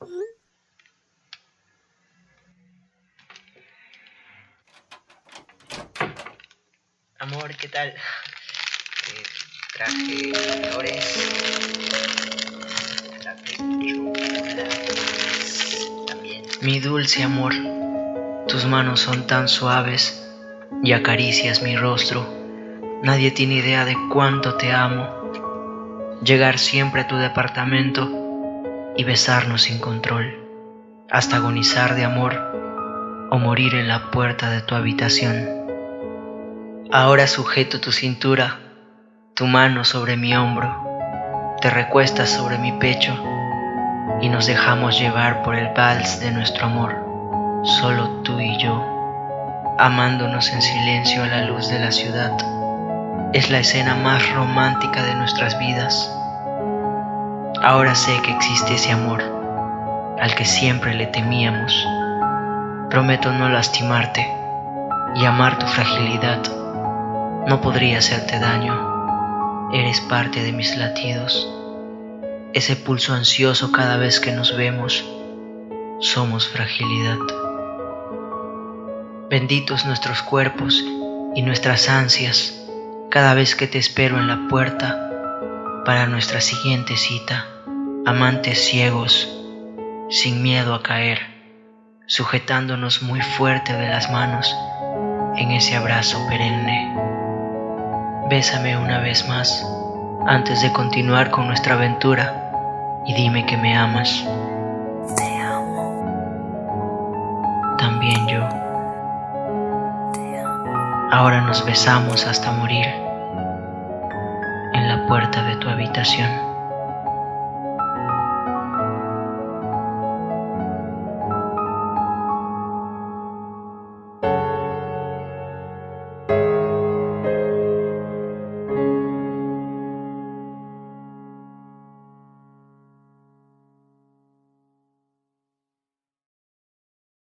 Amor, ¿qué tal? Te traje flores, traje chocolates también. Mi dulce amor, tus manos son tan suaves y acaricias mi rostro. Nadie tiene idea de cuánto te amo. Llegar siempre a tu departamento y besarnos sin control, hasta agonizar de amor o morir en la puerta de tu habitación. Ahora sujeto tu cintura, tu mano sobre mi hombro, te recuestas sobre mi pecho y nos dejamos llevar por el vals de nuestro amor, solo tú y yo, amándonos en silencio a la luz de la ciudad. Es la escena más romántica de nuestras vidas. Ahora sé que existe ese amor, al que siempre le temíamos. Prometo no lastimarte y amar tu fragilidad. No podría hacerte daño, eres parte de mis latidos. Ese pulso ansioso cada vez que nos vemos, somos fragilidad. Benditos nuestros cuerpos y nuestras ansias cada vez que te espero en la puerta para nuestra siguiente cita, amantes ciegos, sin miedo a caer, sujetándonos muy fuerte de las manos en ese abrazo perenne. Bésame una vez más antes de continuar con nuestra aventura y dime que me amas. Te amo. También yo. Te amo. Ahora nos besamos hasta morir en la puerta de tu habitación.